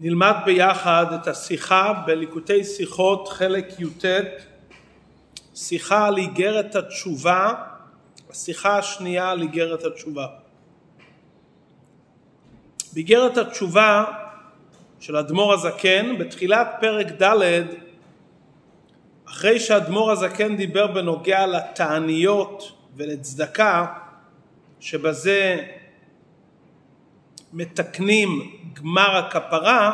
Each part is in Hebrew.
נלמד ביחד את השיחה בליקוטי שיחות חלק י"ט, שיחה על איגרת התשובה, השיחה השנייה על איגרת התשובה. באיגרת התשובה של אדמו"ר הזקן, בתחילת פרק ד', אחרי שאדמו"ר הזקן דיבר בנוגע לתעניות ולצדקה, שבזה מתקנים גמר הכפרה,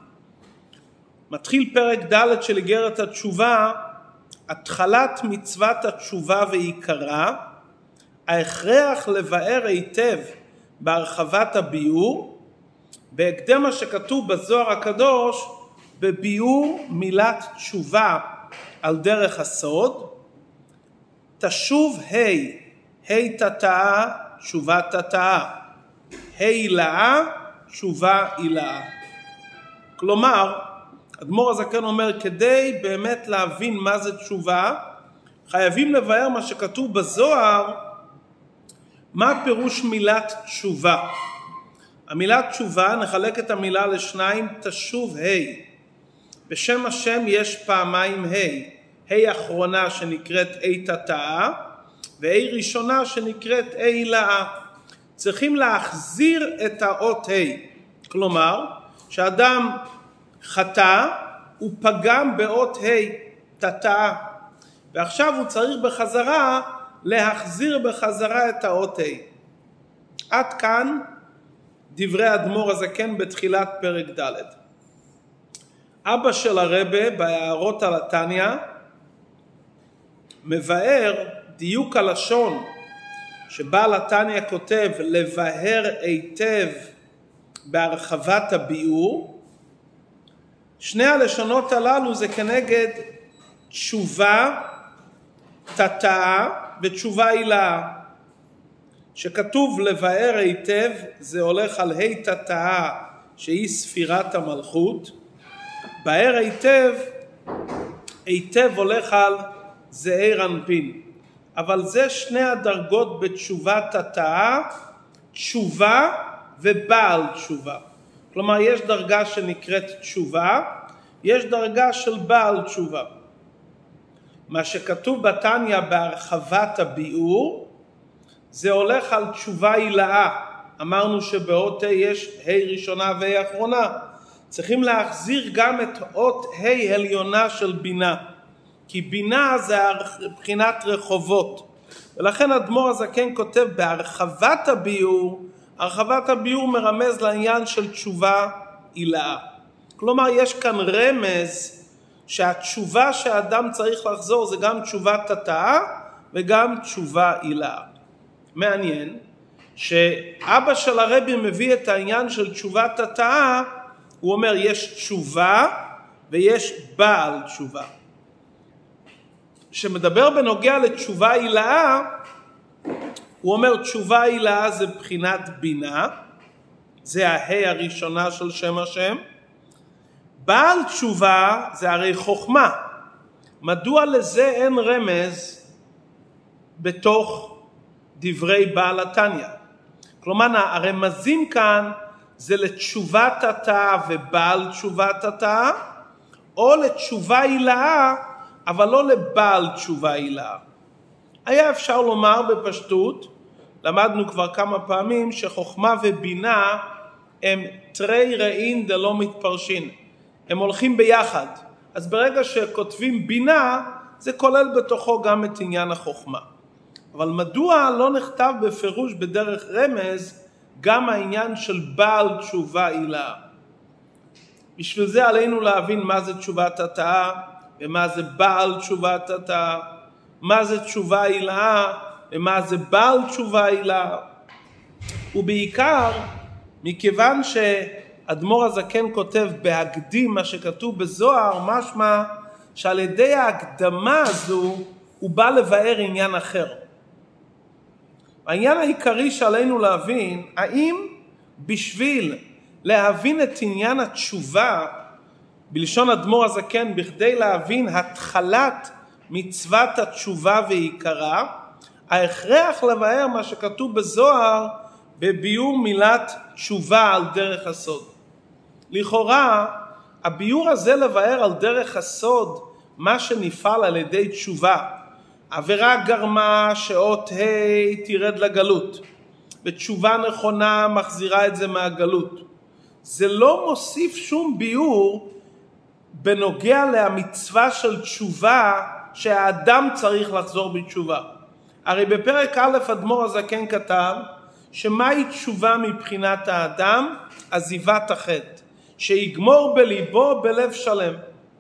מתחיל פרק ד' של איגרת התשובה, התחלת מצוות התשובה ועיקרה, ההכרח לבאר היטב בהרחבת הביאור, בהקדם מה שכתוב בזוהר הקדוש, בביאור מילת תשובה על דרך הסוד, תשוב ה' תתאה, תשובה תתאה, הילאה, תשובה הילאה. כלומר, אדמו"ר הזקן אומר, כדי באמת להבין מה זה תשובה, חייבים לבאר מה שכתוב בזוהר, מה פירוש מילת תשובה. המילת תשובה, נחלק את המילה לשניים, תשוב בשם השם יש פעמיים ה' אחרונה שנקראת תתאה, ראשונה שנקראת הילאה. צריכים להחזיר את האות כלומר, שאדם חטא, הוא פגם באות תתאה, ועכשיו הוא צריך בחזרה להחזיר בחזרה את האות עד כאן דברי אדמו"ר הזקן בתחילת פרק ד'. אבא של הרבה בהערות על התניא מבאר דיוק הלשון שבעל התניא כותב לבאר היטב בהרחבת הביאור. שני הלשונות הללו זה כנגד תשובה תתאה ותשובה הילאה. שכתוב לבאר היטב זה הולך על תתאה שהיא ספירת המלכות, באר היטב הולך על זעיר אנפין. אבל זה שני הדרגות בתשובה תתאה, תשובה ובעל תשובה. כלומר יש דרגה שנקראת תשובה, יש דרגה של בעל תשובה. מה שכתוב בתניא בהרחבת הביאור, זה הולך על תשובה הילאה. אמרנו שבאות יש ראשונה ואחרונה. צריכים להחזיר גם את אות עליונה של בינה. כי בינה זה בחינת רחובות. ולכן אדמו"ר הזקן כותב בהרחבת הביאור, הרחבת הביאור מרמז לעניין של תשובה הילאה. כלומר יש כאן רמז שהתשובה שהאדם צריך לחזור זה גם תשובה תתאה וגם תשובה הילאה. מעניין שאבא של הרבי מביא את העניין של תשובה תתאה, הוא אומר יש תשובה ויש בעל תשובה. שמדבר בנוגע לתשובה הילאה, הוא אומר תשובה הילאה זה בחינת בינה, זה הראשונה של שם השם. בעל תשובה זה הרי חוכמה. מדוע לזה אין רמז בתוך דברי בעל התניא? כלומר הרמזים כאן זה לתשובה תתאה ובעל תשובה תתאה, או לתשובה הילאה אבל לא לבעל תשובה הילאה. היה אפשר לומר בפשטות, למדנו כבר כמה פעמים שחוכמה ובינה הם תרי רעין דלא מתפרשין, הם הולכים ביחד. אז ברגע שכותבים בינה זה כולל בתוכו גם את עניין החוכמה. אבל מדוע לא נכתב בפירוש בדרך רמז גם העניין של בעל תשובה הילאה? בשביל זה עלינו להבין מה זה תשובה תתאה ומה זה בעל תשובה תתאה, מה זה תשובה הילאה ומה זה בעל תשובה הילאה. ובעיקר מכיוון שאדמו"ר הזקן כותב בהקדים מה שכתוב בזוהר, משמע שעל ידי ההקדמה הזו הוא בא לבאר עניין אחר. העניין העיקרי שעלינו להבין, האם בשביל להבין את עניין התשובה בלשון אדמו"ר הזקן, בכדי להבין התחלת מצוות התשובה ועיקרה, ההכרח לבאר מה שכתוב בזוהר בביאור מילת תשובה על דרך הסוד. לכאורה, הביור הזה לבאר על דרך הסוד מה שנפעל על ידי תשובה. עבירה גרמה שאות ה' תירד לגלות, ותשובה נכונה מחזירה את זה מהגלות. זה לא מוסיף שום ביור בנוגע למצווה של תשובה שהאדם צריך לחזור בתשובה. הרי בפרק א' אדמו"ר הזקן כתב שמהי תשובה מבחינת האדם? עזיבת החטא, שיגמור בליבו בלב שלם.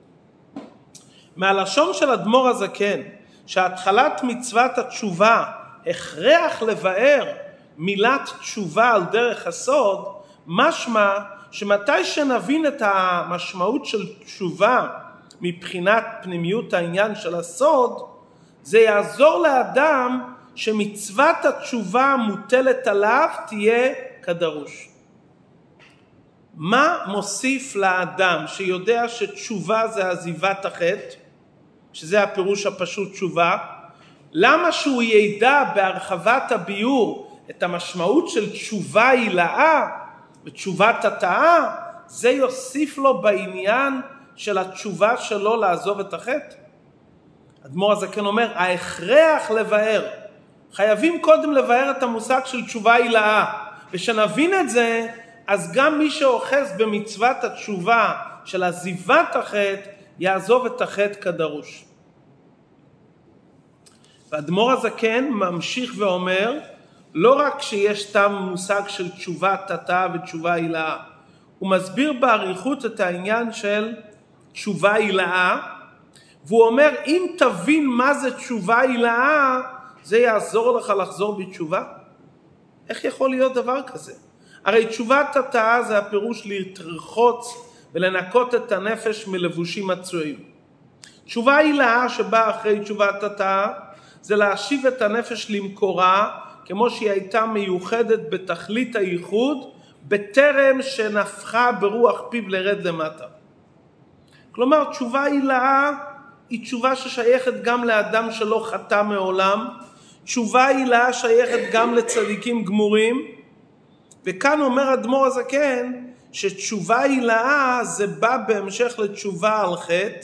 מהלשון של אדמו"ר הזקן שהתחלת מצוות התשובה הכרח לבאר מילת תשובה על דרך הסוד, משמע שמתי שנבין את המשמעות של תשובה מבחינת פנימיות העניין של הסוד, זה יעזור לאדם שמצוות התשובה המוטלת עליו תהיה כדרוש. מה מוסיף לאדם שיודע שתשובה זה עזיבת החטא, שזה הפירוש הפשוט תשובה? למה שהוא ידע בהרחבת הביור את המשמעות של תשובה הילאה ותשובת התאה? זה יוסיף לו בעניין של התשובה שלו לעזוב את החטא? אדמו"ר הזקן אומר, ההכרח לבאר, חייבים קודם לבאר את המושג של תשובה הילאה, ושנבין את זה, אז גם מי שאוחז במצוות התשובה של עזיבת החטא, יעזוב את החטא כדרוש. ואדמו"ר הזקן ממשיך ואומר, לא רק שיש תם מושג של תשובת התאה ותשובה הילאה, הוא מסביר באריכות את העניין של תשובה הילאה, והוא אומר, אם תבין מה זה תשובה הילאה, זה יעזור לך לחזור בתשובה. איך יכול להיות דבר כזה? הרי תשובת התאה זה הפירוש להתרחוץ ולנקות את הנפש מלבושים מצויים. תשובה הילאה שבאה אחרי תשובת התאה זה להשיב את הנפש למקורה כמו שהיא הייתה מיוחדת בתכלית הייחוד בטרם שנפחה ברוח פיו לרד למטה. כלומר תשובה הילאה היא תשובה ששייכת גם לאדם שלא חטא מעולם, תשובה הילאה שייכת גם לצדיקים גמורים, וכאן אומר אדמו"ר הזקן שתשובה הילאה זה בא בהמשך לתשובה על חטא,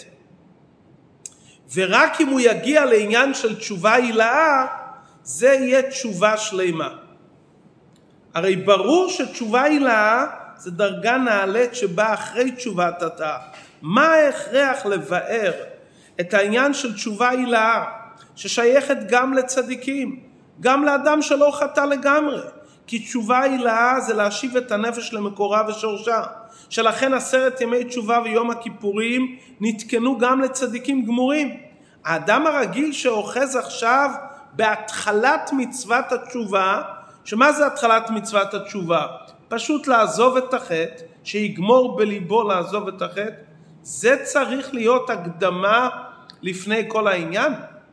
ורק אם הוא יגיע לעניין של תשובה הילאה זה יהיה תשובה שלמה. הרי ברור שתשובה הילאה זה דרגה נעלית שבאה אחרי תשובת התאה. מה ההכרח לבאר את העניין של תשובה הילאה ששייכת גם לצדיקים, גם לאדם שלא חטא לגמרי? כי תשובה הילאה זה להשיב את הנפש למקורה ושורשה, שלכן 10 ימי תשובה ויום הכיפורים נתקנו גם לצדיקים גמורים. האדם הרגיל שאוחז עכשיו בהתחלת מצוות התשובה, שמה זה התחלת מצוות התשובה? פשוט לעזוב את החטא, שיגמור בליבו לעזוב את החטא. זה צריך להיות הקדמה לפני כל העניין.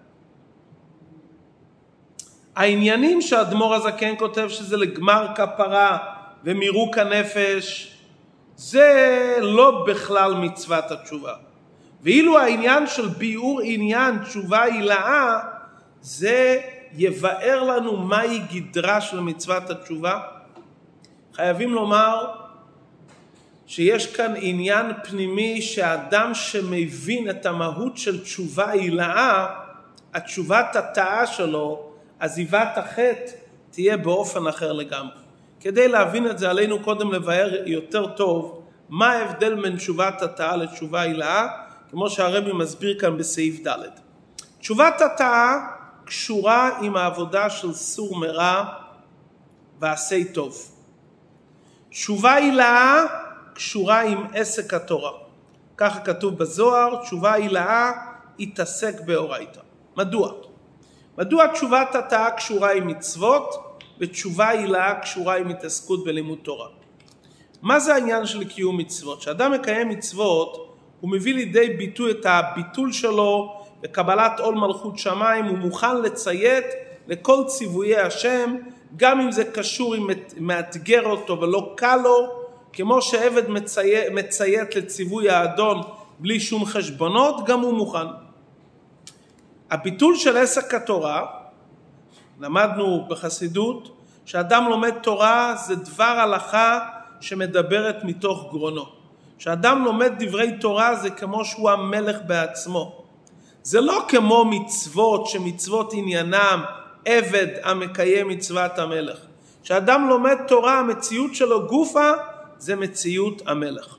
העניינים שהאדמו"ר הזקן כותב שזה לגמר כפרה ומירוק הנפש, זה לא בכלל מצוות התשובה. ואילו העניין של ביאור עניין תשובה הילאה, זה יבאר לנו מהי גדרה של מצוות התשובה. חייבים לומר שיש כאן עניין פנימי שהאדם שמבין את המהות של תשובה הילאה, התשובת התאה שלו, עזיבת החטא, תהיה באופן אחר לגמרי. כדי להבין את זה עלינו קודם לבאר יותר טוב מה ההבדל בין תשובת התאה לתשובה הילאה, כמו שהרבי מסביר כאן בסעיף ד'. תשובת התאה קשורה עם העבודה של סור מרע ועשי טוב. תשובה הילאה קשורה עם עסק התורה. ככה כתוב בזוהר, תשובה הילאה יתעסק באורייתא. מדוע? מדוע תשובת התאה קשורה עם מצוות ותשובה הילאה קשורה עם התעסקות בלימוד תורה? מה זה העניין של קיום מצוות? כשאדם מקיים מצוות הוא מביא לידי ביטוי את הביטול שלו בקבלת עול מלכות שמיים, הוא מוכן לציית לכל ציוויי השם, גם אם זה קשור עם מאתגר אותו ולא קל לו, כמו שעבד מציית לציווי האדון בלי שום חשבונות, גם הוא מוכן. הביטול של עסק התורה, למדנו בחסידות, שאדם לומד תורה זה דבר הלכה שמדברת מתוך גרונו. שאדם לומד דברי תורה זה כמו שהוא המלך בעצמו. זה לא כמו מצוות, שמצוות עניינם עבד המקיים מצוות המלך. כשאדם לומד תורה, המציאות שלו גופה, זה מציאות המלך.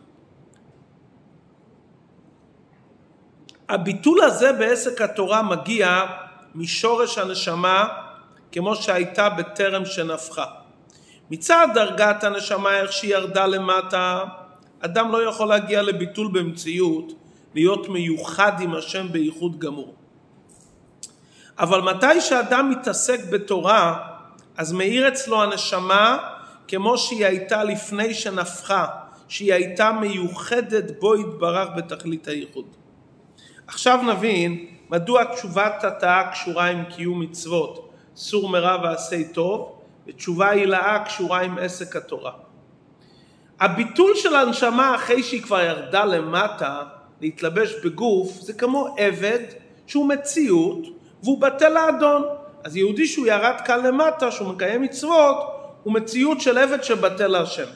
הביטול הזה בעסק התורה מגיע משורש הנשמה, כמו שהייתה בטרם שנפחה. מצד דרגת הנשמה, איך שהיא ירדה למטה, אדם לא יכול להגיע לביטול במציאות, להיות מיוחד עם השם בייחוד גמור. אבל מתי שאדם מתעסק בתורה, אז מאיר אצלו הנשמה כמו שהיא הייתה לפני שנפחה, שהיא הייתה מיוחדת בו יתברך בתכלית הייחוד. עכשיו נבין מדוע תשובת התאה קשורה עם קיום מצוות, סור מרע ועשה טוב, ותשובה הילאה קשורה עם עסק התורה. הביטול של הנשמה אחרי שהיא כבר ירדה למטה, להתלבש בגוף, זה כמו עבד שהוא מציאות והוא בטל לאדון. אז יהודי שהוא ירד כאן למטה, שהוא מקיים מצוות, הוא מציאות של עבד שבטל להשם.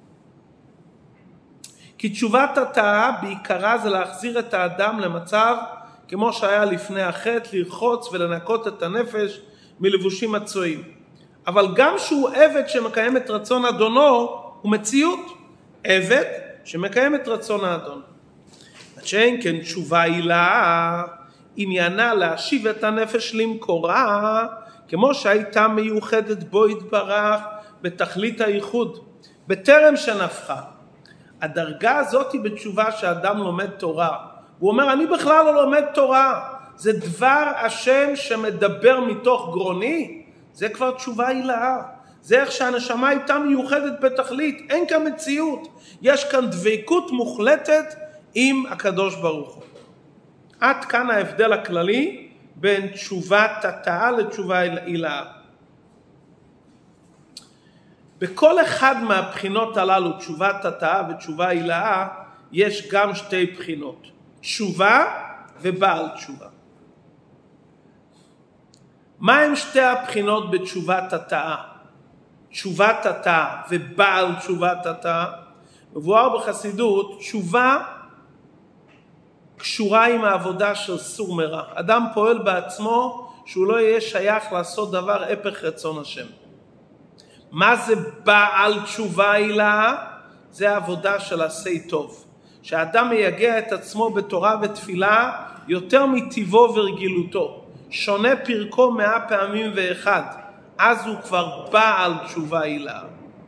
כי תשובת התאה בעיקרה זה להחזיר את האדם למצב כמו שהיה לפני החטא, לרחוץ ולנקות את הנפש מלבושים מצויים. אבל גם שהוא עבד שמקיים את רצון אדונו, הוא מציאות עבד שמקיים את רצון האדון. שאין כן תשובה הילאה, עניינה להשיב את הנפש למקורה, כמו שהייתה מיוחדת בו יתברך בתכלית הייחוד, בטרם שנפחה. הדרגה הזאת היא בתשובה שאדם לומד תורה. הוא אומר, אני בכלל לא לומד תורה, זה דבר השם שמדבר מתוך גרוני, זה כבר תשובה הילאה. זה איך שהנשמה הייתה מיוחדת בתכלית, אין כאן מציאות, יש כאן דבקות מוחלטת עם הקדוש ברוך הוא. עד כאן ההבדל הכללי בין תשובת התאה לתשובה הילאה. בכל אחד מהבחינות הללו, תשובת התאה ותשובה הילאה, יש גם שתי בחינות, תשובה ובעל תשובה. מה הם שתי הבחינות בתשובת התאה? תשובת התאה ובעל תשובת התאה. מבואר בחסידות, תשובה קשורה עם העבודה של סור מרע. אדם פועל בעצמו שהוא לא יהיה שייך לעשות דבר הפך רצון השם. מה זה בעל תשובה הילאה? זה העבודה של עשה טוב. שהאדם מייגע את עצמו בתורה ותפילה יותר מטבעו ורגילותו. שונה פרקו 100 פעמים ואחד. אז הוא כבר בעל תשובה הילאה.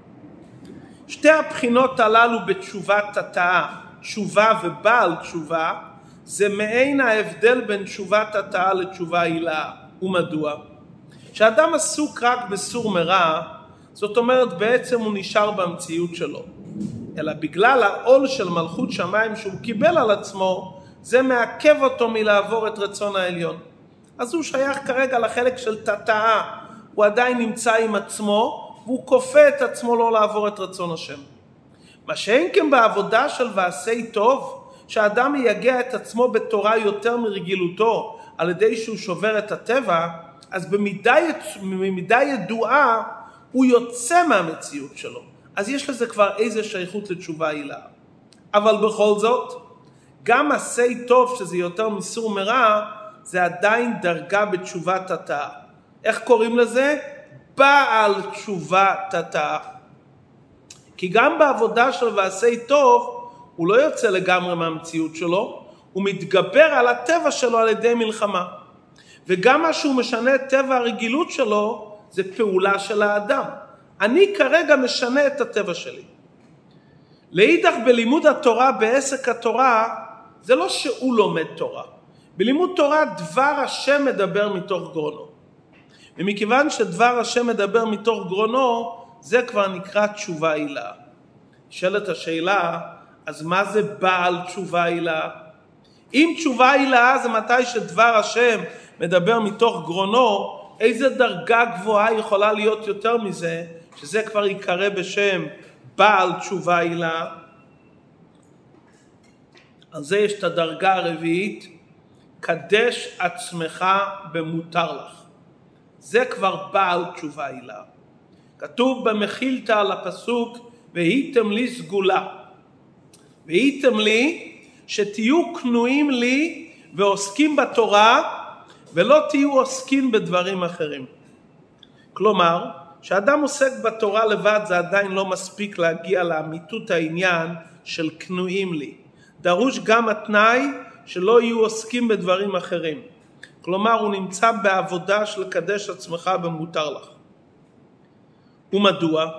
שתי הבחינות הללו בתשובת התאה, תשובה ובעל תשובה, זה מעין ההבדל בין תשובת התאה לתשובה הילאה. ומדוע? כשאדם עסוק רק בסור מרע, זאת אומרת בעצם הוא נשאר במציאות שלו. אלא בגלל העול של מלכות שמיים שהוא קיבל על עצמו, זה מעכב אותו מלעבור את רצון העליון. אז הוא שייך כרגע לחלק של תתאה, הוא עדיין נמצא עם עצמו, והוא כופה את עצמו לא לעבור את רצון השם. מה שאין כן בעבודה של ועשה טוב, שהאדם יגיע את עצמו בתורה יותר מרגילותו, על ידי שהוא שובר את הטבע, אז במידה ידועה, הוא יוצא מהמציאות שלו. אז יש לזה כבר איזה שייכות לתשובה הילאה. אבל בכל זאת, גם עשה טוב שזה יותר מסור מרע, זה עדיין דרגה בתשובת התאה. איך קוראים לזה? בעל תשובת התאה. כי גם בעבודה של ועשה טוב, הוא לא יוצא לגמרי מהמציאות שלו, הוא מתגבר על הטבע שלו על ידי מלחמה. וגם מה שהוא משנה את טבע הרגילות שלו, זה פעולה של האדם. אני כרגע משנה את הטבע שלי. להידך בלימוד התורה, בעסק התורה, זה לא שהוא לומד תורה. בלימוד תורה דבר השם מדבר מתוך גרונו. ומכיוון שדבר השם מדבר מתוך גרונו, זה כבר נקרא תשובה הילאה. שאלת השאלה, אז מה זה בעל תשובה הילאה? אם תשובה הילאה זה מתי שדבר השם מדבר מתוך גרונו, איזה דרגה גבוהה יכולה להיות יותר מזה, שזה כבר יקרא בשם בעל תשובה הילאה? על זה יש את הדרגה הרביעית, קדש עצמך במותר לך. זה כבר בעל תשובה הילאה. כתוב במחילתא על הפסוק, והייתם לי סגולה. והייתם לי שתהיו כנועים לי ועוסקים בתורה, ולא תהיו עוסקים בדברים אחרים. כלומר, כשאדם עוסק בתורה לבד זה עדיין לא מספיק להגיע לאמיתות העניין של כנועים לי. דרוש גם התנאי שלא יהיו עוסקים בדברים אחרים. כלומר, הוא נמצא בעבודה של לקדש עצמך במותר לך. ומדוע?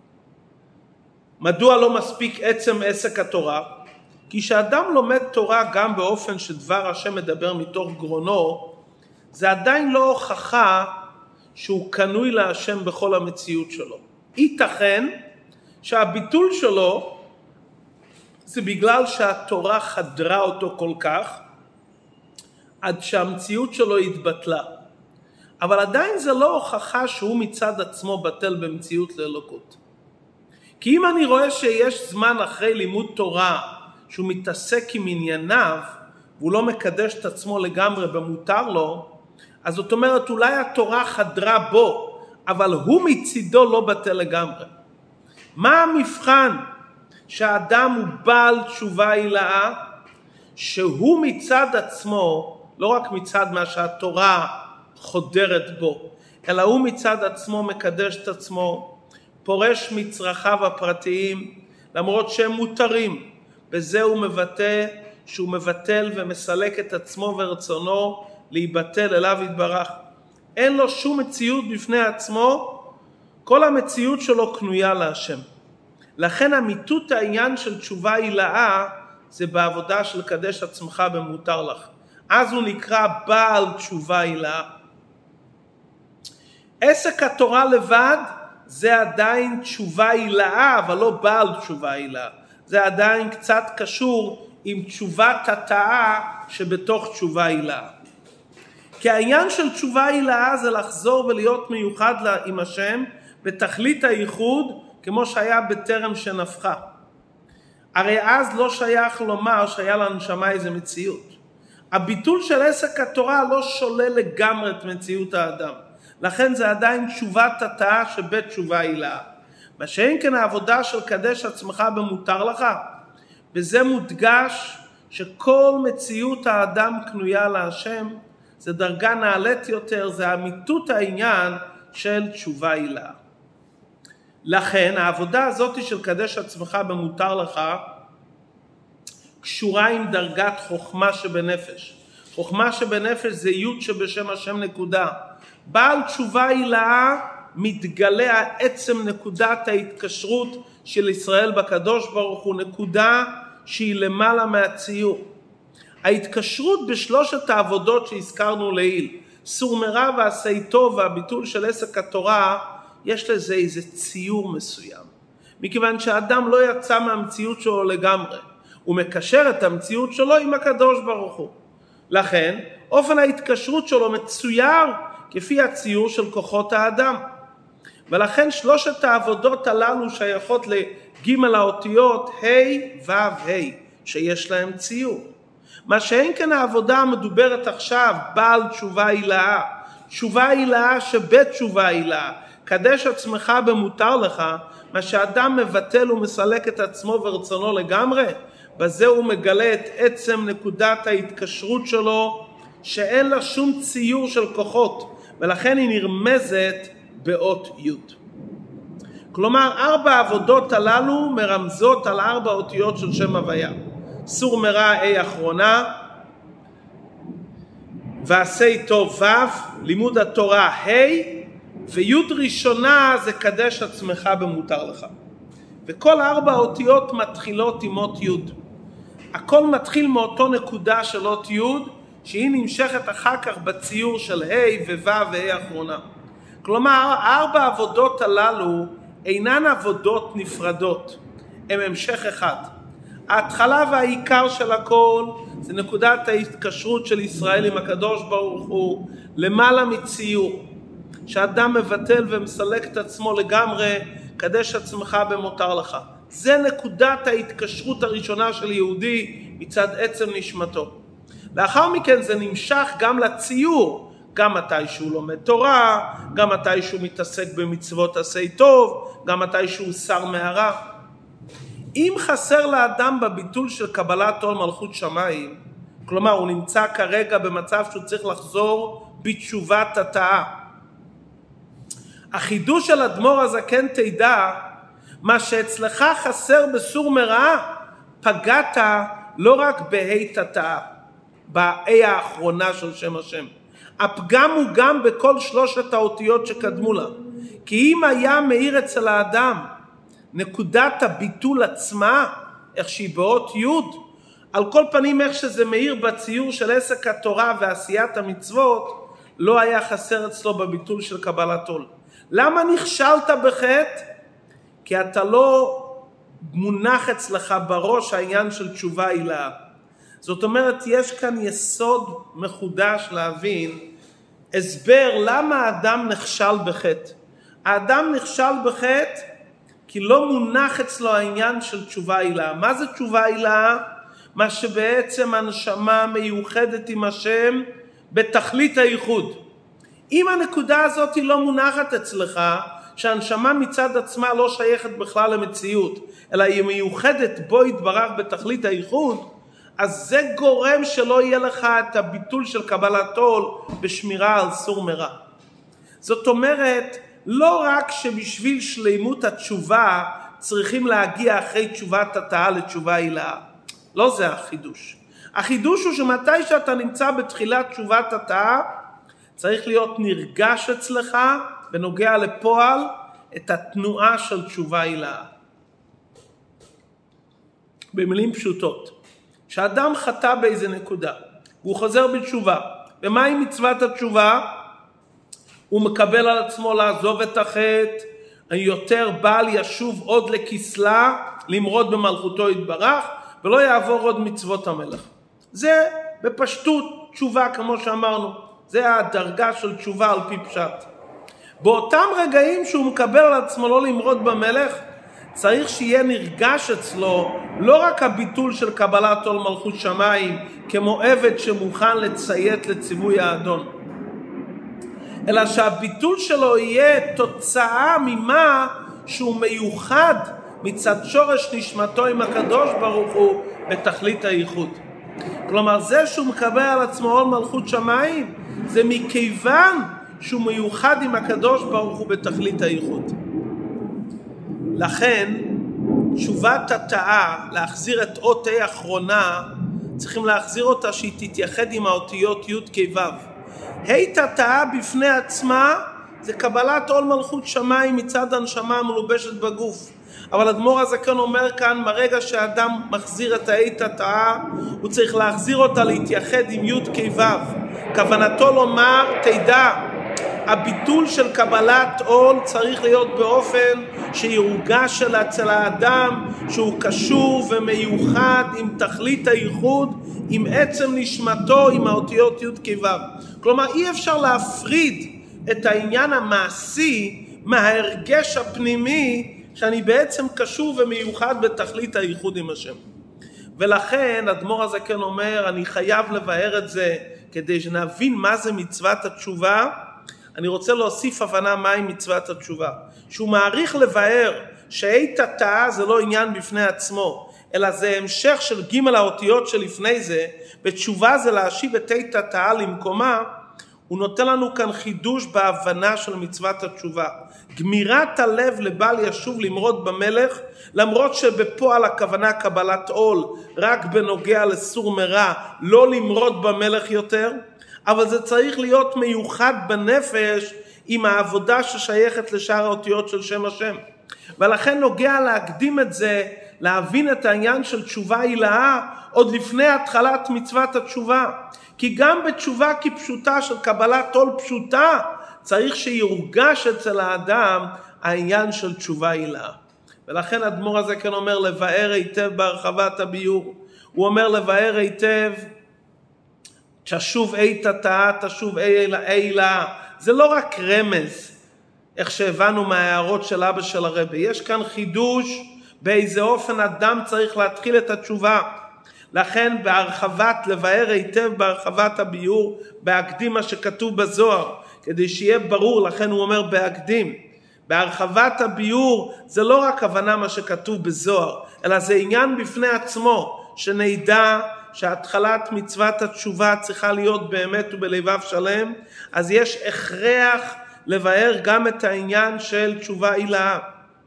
מדוע לא מספיק עצם עסק התורה? כי כשאדם לומד תורה גם באופן שדבר השם מדבר מתוך גרונו, זה עדיין לא הוכחה שהוא קנוי להשם בכל המציאות שלו. ייתכן שהביטול שלו זה בגלל שהתורה חדרה אותו כל כך, עד שהמציאות שלו התבטלה. אבל עדיין זה לא הוכחה שהוא מצד עצמו בטל במציאות לאלוקות. כי אם אני רואה שיש זמן אחרי לימוד תורה שהוא מתעסק עם ענייניו, והוא לא מקדש את עצמו לגמרי במותר לו, אז זאת אומרת אולי התורה חדרה בו, אבל הוא מצידו לא בטל לגמרי. מה המבחן שהאדם הוא בעל תשובה הילאה? שהוא מצד עצמו, לא רק מצד מה שהתורה חודרת בו, אלא הוא מצד עצמו מקדש את עצמו, פורש מצרכיו הפרטיים, למרות שהם מותרים. בזה הוא מבטא שהוא מבטל ומסלק את עצמו ורצונו להיבטל אליו יתברך. אין לו שום מציאות בפני עצמו, כל המציאות שלו קנויה להשם. לכן אמיתות העניין של תשובה הילאה זה בעבודה של לקדש עצמך במותר לך. אז הוא נקרא בעל תשובה הילאה. עסק התורה לבד זה עדיין תשובה הילאה, אבל לא בעל תשובה הילאה. זה עדיין קצת קשור עם תשובת התאה שבתוך תשובה הילאה. כי העניין של תשובה הילאה זה לחזור ולהיות מיוחד עם השם בתכלית הייחוד, כמו שהיה בטרם שנפחה. הרי אז לא שייך לומר שהיה לנשמה איזה מציאות. הביטול של עסק התורה לא שולל לגמרי את מציאות האדם. לכן זה עדיין תשובת התאה שבית תשובה הילאה. מה שאין כן העבודה של קדש עצמך במותר לך, בזה מודגש שכל מציאות האדם קנויה להשם, זה דרגה נעלית יותר, זה אמיתות העניין של תשובה הילאה. לכן העבודה הזאת של קדש עצמך במותר לך, קשורה עם דרגת חוכמה שבנפש. חוכמה שבנפש זה י' שבשם השם נקודה. בעל תשובה הילאה מתגלה עצם נקודת ההתקשרות של ישראל בקדוש ברוך הוא, נקודה שהיא למעלה מהציור. ההתקשרות בשלושת העבודות שהזכרנו לעיל, סור מרע ועשה טוב והביטול של עסק התורה, יש לזה איזה ציור מסוים. מכיוון שהאדם לא יצא מהמציאות שלו לגמרי, הוא מקשר את המציאות שלו עם הקדוש ברוך הוא. לכן, אופן ההתקשרות שלו מצויר כפי הציור של כוחות האדם. ולכן שלושת העבודות הללו שייכות לג' האותיות ה' ו' ה' שיש להם ציור. מה שאין כן העבודה המדוברת עכשיו, בעל תשובה הילאה, תשובה הילאה שבית תשובה הילאה, קדש עצמך במותר לך, מה שאדם מבטל ומסלק את עצמו ורצונו לגמרי, בזה הוא מגלה את עצם נקודת ההתקשרות שלו, שאין לה שום ציור של כוחות, ולכן היא נרמזת באות י'. כלומר, 4 העבודות הללו מרמזות על 4 אותיות של שם הוויה. סור מרע ה' אחרונה, ועשה טוב ו', לימוד התורה ה', וי' ראשונה זה קדש עצמך במותר לך. וכל 4 האותיות מתחילות עם אות י'. הכל מתחיל מאותו נקודה של אות י', שהיא נמשכת אחר כך בציור של ה' וו' וה' אחרונה. כלומר, 4 העבודות הללו אינן עבודות נפרדות, הם המשך אחד. ההתחלה והעיקר של הכל זה נקודת ההתקשרות של ישראל עם הקדוש ברוך הוא, למעלה מציור. שאדם מבטל ומסלק את עצמו לגמרי, קדש עצמך במותר לך. זה נקודת ההתקשרות הראשונה של יהודי מצד עצם נשמתו. לאחר מכן זה נמשך גם לציור, גם מתי שהוא לומד תורה, גם מתי שהוא מתעסק במצוות עשה טוב, גם מתי שהוא שר מהרע. אם חסר לאדם בביטול של קבלת עול מלכות שמיים, כלומר הוא נמצא כרגע במצב שהוא צריך לחזור בתשובת התאה, החידוש של אדמו"ר הזקן תדע, מה שאצלך חסר בסור מרע, פגעת לא רק בהית התאה, באי האחרונה של שם השם. הפגם הוא גם בכל שלושת האותיות שקדמו לה. כי אם היה מאיר אצל האדם נקודת הביטול עצמה, איך שהיא באות י', על כל פנים איך שזה מאיר בציור של עסק התורה ועשיית המצוות, לא היה חסר אצלו בביטול של קבלת עול. למה נכשלת בחטא? כי אתה לא מונח אצלך בראש העניין של תשובה הילאה. זאת אומרת, יש כאן יסוד מחודש להבין, הסבר למה האדם נכשל בחטא. האדם נכשל בחטא כי לא מונח אצלו העניין של תשובה הילאה. מה זה תשובה הילאה? מה שבעצם הנשמה מיוחדת עם השם בתכלית הייחוד. אם הנקודה הזאת היא לא מונחת אצלך, שהנשמה מצד עצמה לא שייכת בכלל למציאות, אלא היא מיוחדת בו יתברך בתכלית הייחוד, אז זה גורם שלא יהיה לך את הביטול של קבלת עול בשמירה על סור מרע. זאת אומרת, לא רק שבשביל שלימות התשובה צריכים להגיע אחרי תשובת התאה לתשובה הילאה. לא זה החידוש. החידוש הוא שמתי שאתה נמצא בתחילת תשובת התאה, צריך להיות נרגש אצלך בנוגע לפועל את התנועה של תשובה הילאה. במילים פשוטות, כשאדם חטא באיזה נקודה והוא חוזר בתשובה, ומהי מצוות התשובה? הוא מקבל על עצמו לעזוב את החטא, יותר בל ישוב עוד לכסלה, למרוד במלכותו יתברך, ולא יעבור עוד מצוות המלך. זה בפשטות תשובה, כמו שאמרנו. זה הדרגה של תשובה על פי פשט. באותם רגעים שהוא מקבל על עצמו לא למרוד במלך, צריך שיהיה נרגש אצלו לא רק הביטול של קבלת עול מלכות שמיים כמו עבד שמוכן לציית לציווי האדון, אלא שהביטול שלו יהיה תוצאה ממה שהוא מיוחד מצד שורש נשמתו עם הקדוש ברוך הוא בתכלית הייחוד. כלומר, זה שהוא מקבל על עצמו עול מלכות שמיים, זה מכיוון שהוא מיוחד עם הקדוש ברוך הוא בתכלית הייחוד. לכן, תשובת התאה, להחזיר את אות ה' האחרונה, צריכים להחזיר אותה שהיא תתייחד עם האותיות י' כ' ו'. ה' התאה בפני עצמה, זה קבלת עול מלכות שמיים מצד הנשמה המלובשת בגוף. אבל אדמו"ר הזקן אומר כאן, ברגע שהאדם מחזיר את ה' התאה, הוא צריך להחזיר אותה להתייחד עם י' כ' ו'. כוונתו לומר, תדע, הביטול של קבלת עול צריך להיות באופן שיורגש אצל האדם שהוא קשור ומיוחד עם תכלית הייחוד, עם עצם נשמתו, עם האותיות י' כ' ו'. כלומר, אי אפשר להפריד את העניין המעשי מההרגש הפנימי שאני בעצם קשור ומיוחד בתכלית הייחוד עם השם. ולכן אדמו"ר הזקן אומר, אני חייב לבאר את זה כדי שנבין מה זה מצוות התשובה. אני רוצה להוסיף הבנה מהי מצוות התשובה. שהוא מעריך לבאר שהית התאה זה לא עניין בפני עצמו, אלא זה המשך של ג' האותיות שלפני זה, בתשובה זה להשיב את הית התאה למקומה. הוא נותן לנו כאן חידוש בהבנה של מצוות התשובה. גמירת הלב לבל ישוב למרוד במלך, למרות שבפועל הכוונה קבלת עול, רק בנוגע לסור מרע, לא למרוד במלך יותר, אבל זה צריך להיות מיוחד בנפש עם העבודה ששייכת לשאר האותיות של שם השם. ולכן נוגע להקדים את זה, להבין את העניין של תשובה הילאה, עוד לפני התחלת מצוות התשובה. כי גם בתשובה כפשוטה של קבלת עול פשוטה, צריך שיורגש אצל האדם העניין של תשובה הילאה. ולכן אדמו"ר הזקן אומר לבאר היטב בהרחבת הביור. הוא אומר לבאר היטב, תשוב הית התאה, תשוב הילאה. זה לא רק רמז, איך שהבנו מההערות של אבא של הרבי. יש כאן חידוש באיזה אופן אדם צריך להתחיל את התשובה. לכן בהרחבת, לבאר היטב בהרחבת הביור, בהקדים מה שכתוב בזוהר, כדי שיהיה ברור, לכן הוא אומר בהקדים. בהרחבת הביור זה לא רק הבנה מה שכתוב בזוהר, אלא זה עניין בפני עצמו, שנדע שהתחלת מצוות התשובה צריכה להיות באמת ובלבב שלם, אז יש הכרח לבאר גם את העניין של תשובה הילאה.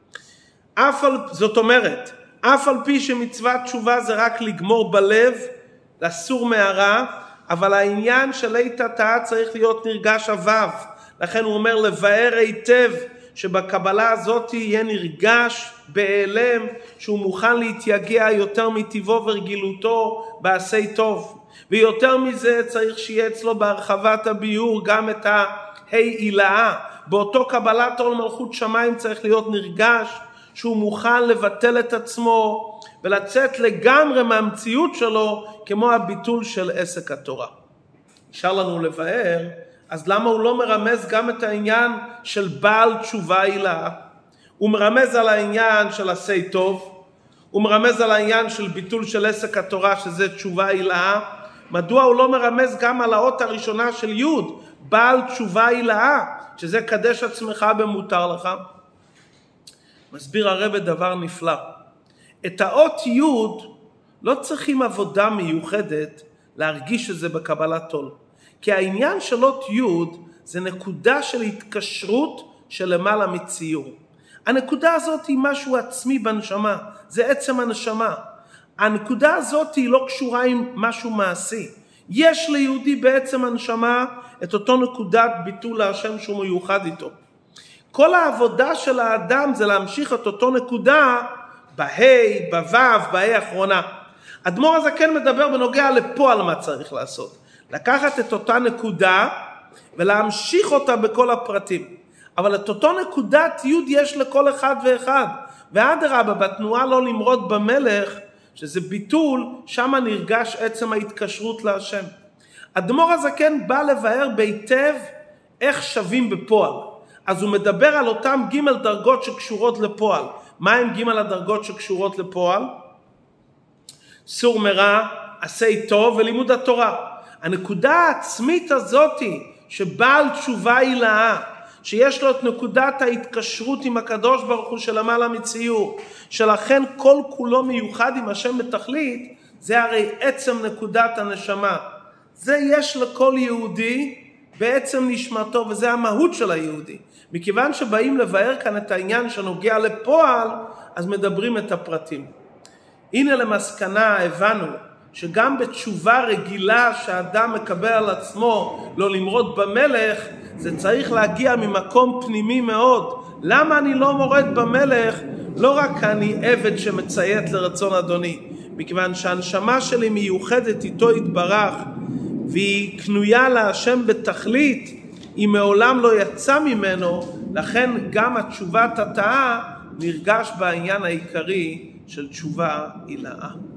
זאת אומרת, אף על פי שמצוות תשובה זה רק לגמור בלב, לסור מהרע, אבל העניין של לית התאה צריך להיות נרגש אבב. לכן הוא אומר לבאר היטב שבקבלה הזאת יהיה נרגש בהיעלם, שהוא מוכן להתייגע יותר מטבעו ורגילותו בעשי טוב. ויותר מזה צריך שיהיה אצלו בהרחבת הביור גם את ההילאה. באותו קבלת עול מלכות שמיים צריך להיות נרגש שהוא מוכן לבטל את עצמו ולצאת לגמרי מהמציאות שלו, כמו הביטול של עסק התורה. אפשר לנו לבאר, אז למה הוא לא מרמז גם את העניין של בעל תשובה הילאה? הוא מרמז על העניין של עשי טוב, הוא מרמז על העניין של ביטול של עסק התורה, שזה תשובה הילאה. מדוע הוא לא מרמז גם על האות הראשונה של י', בעל תשובה הילאה, שזה קדש עצמך במותר לך? מסביר הרב דבר נפלא. את האות י' לא צריכים עבודה מיוחדת להרגיש שזה בקבלת עול. כי העניין של אות י' זה נקודה של התקשרות של למעלה מציור. הנקודה הזאת היא משהו עצמי בנשמה, זה עצם הנשמה. הנקודה הזאת היא לא קשורה עם משהו מעשי. יש ליהודי בעצם הנשמה את אותו נקודת ביטול להשם שהוא מיוחד איתו. כל העבודה של האדם זה להמשיך את אותו נקודה בהי, בוו, בהי האחרונה. אדמו"ר הזקן מדבר בנוגע לפועל מה צריך לעשות. לקחת את אותה נקודה ולהמשיך אותה בכל הפרטים. אבל את אותו נקודת י' יש לכל אחד ואחד. ואדרבה, בתנועה לא למרוד במלך, שזה ביטול, שם נרגש עצם ההתקשרות להשם. אדמו"ר הזקן בא לבאר ביטב איך שווים בפועל. אז הוא מדבר על אותם ג' דרגות שקשורות לפועל. מה הם ג' הדרגות שקשורות לפועל? סור מרע, עשי טוב ולימוד התורה. הנקודה העצמית הזאת שבעל תשובה הילאה, שיש לו את נקודת ההתקשרות עם הקדוש ברוך הוא של למעלה מציור, שלכן כל כולו מיוחד עם השם בתכלית, זה הרי עצם נקודת הנשמה. זה יש לכל יהודי בעצם נשמתו, וזה המהות של היהודי. מכיוון שבאים לבאר כאן את העניין שנוגע לפועל, אז מדברים את הפרטים. הנה למסקנה הבנו שגם בתשובה רגילה שהאדם מקבל על עצמו לא למרוד במלך, זה צריך להגיע ממקום פנימי מאוד. למה אני לא מורד במלך? לא רק אני עבד שמציית לרצון אדוני, מכיוון שהנשמה שלי מיוחדת איתו יתברך, והיא קנויה להשם בתכלית, היא מעולם לא יצא ממנו, לכן גם התשובת התאה נרגש בעניין העיקרי של תשובה הילאה.